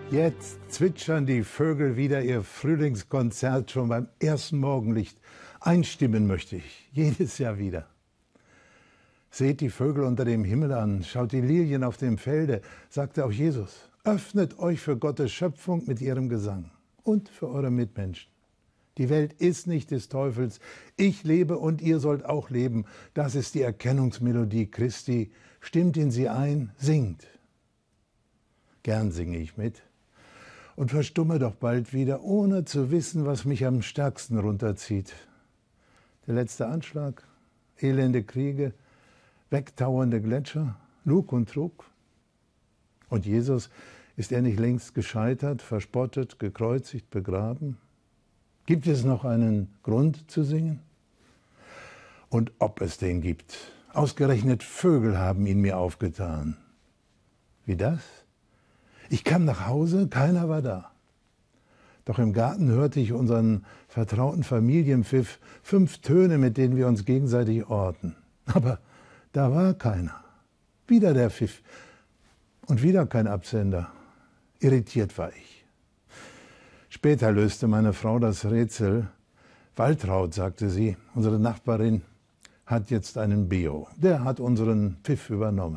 Jetzt zwitschern die Vögel wieder ihr Frühlingskonzert schon beim ersten Morgenlicht. Einstimmen möchte ich, jedes Jahr wieder. Seht die Vögel unter dem Himmel an, schaut die Lilien auf dem Felde, sagte auch Jesus. Öffnet euch für Gottes Schöpfung mit ihrem Gesang und für eure Mitmenschen. Die Welt ist nicht des Teufels. Ich lebe und ihr sollt auch leben. Das ist die Erkennungsmelodie Christi. Stimmt in sie ein, singt. Gern singe ich mit und verstumme doch bald wieder, ohne zu wissen, was mich am stärksten runterzieht. Der letzte Anschlag, elende Kriege, wegtauernde Gletscher, Lug und Trug. Und Jesus, ist er nicht längst gescheitert, verspottet, gekreuzigt, begraben? Gibt es noch einen Grund zu singen? Und ob es den gibt. Ausgerechnet Vögel haben ihn mir aufgetan. Wie das? Ich kam nach Hause, keiner war da. Doch im Garten hörte ich unseren vertrauten Familienpfiff, 5 Töne, mit denen wir uns gegenseitig orten. Aber da war keiner. Wieder der Pfiff und wieder kein Absender. Irritiert war ich. Später löste meine Frau das Rätsel. Waltraud, sagte sie, unsere Nachbarin, hat jetzt einen Beo. Der hat unseren Pfiff übernommen.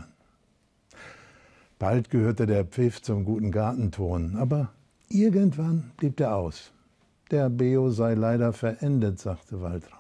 Bald gehörte der Pfiff zum guten Gartenton, aber irgendwann blieb der aus. Der Beo sei leider verendet, sagte Waltraud.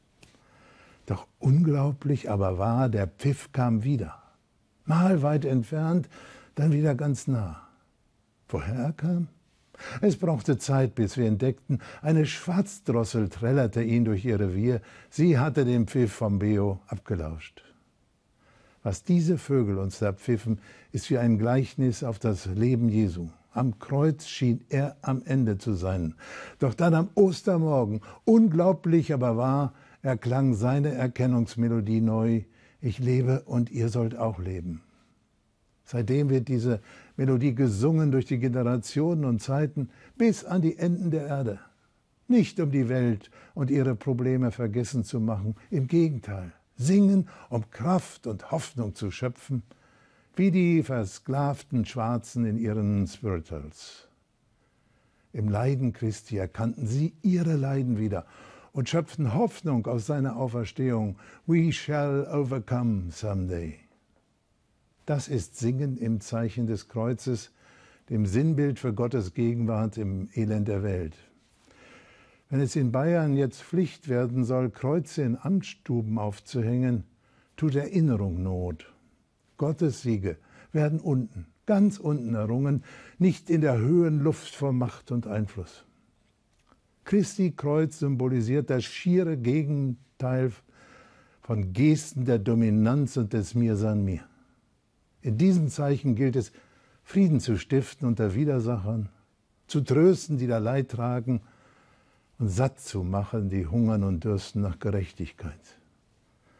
Doch unglaublich aber wahr, der Pfiff kam wieder. Mal weit entfernt, dann wieder ganz nah. Woher er kam? Es brauchte Zeit, bis wir entdeckten, eine Schwarzdrossel trällerte ihn durch ihr Revier. Sie hatte den Pfiff vom Beo abgelauscht. Was diese Vögel uns da pfiffen, ist wie ein Gleichnis auf das Leben Jesu. Am Kreuz schien er am Ende zu sein. Doch dann am Ostermorgen, unglaublich aber wahr, erklang seine Erkennungsmelodie neu. Ich lebe und ihr sollt auch leben. Seitdem wird diese Melodie gesungen durch die Generationen und Zeiten bis an die Enden der Erde. Nicht um die Welt und ihre Probleme vergessen zu machen, im Gegenteil. Singen, um Kraft und Hoffnung zu schöpfen, wie die versklavten Schwarzen in ihren Spirituals. Im Leiden Christi erkannten sie ihre Leiden wieder und schöpften Hoffnung aus seiner Auferstehung. We shall overcome someday. Das ist Singen im Zeichen des Kreuzes, dem Sinnbild für Gottes Gegenwart im Elend der Welt. Wenn es in Bayern jetzt Pflicht werden soll, Kreuze in Amtsstuben aufzuhängen, tut Erinnerung Not. Gottes Siege werden unten, ganz unten errungen, nicht in der Höhenluft vor Macht und Einfluss. Christi Kreuz symbolisiert das schiere Gegenteil von Gesten der Dominanz und des Mir san mir. In diesem Zeichen gilt es, Frieden zu stiften unter Widersachern, zu trösten, die da Leid tragen, und satt zu machen, die hungern und dürsten nach Gerechtigkeit.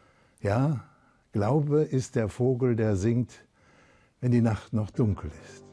Ja, Glaube ist der Vogel, der singt, wenn die Nacht noch dunkel ist.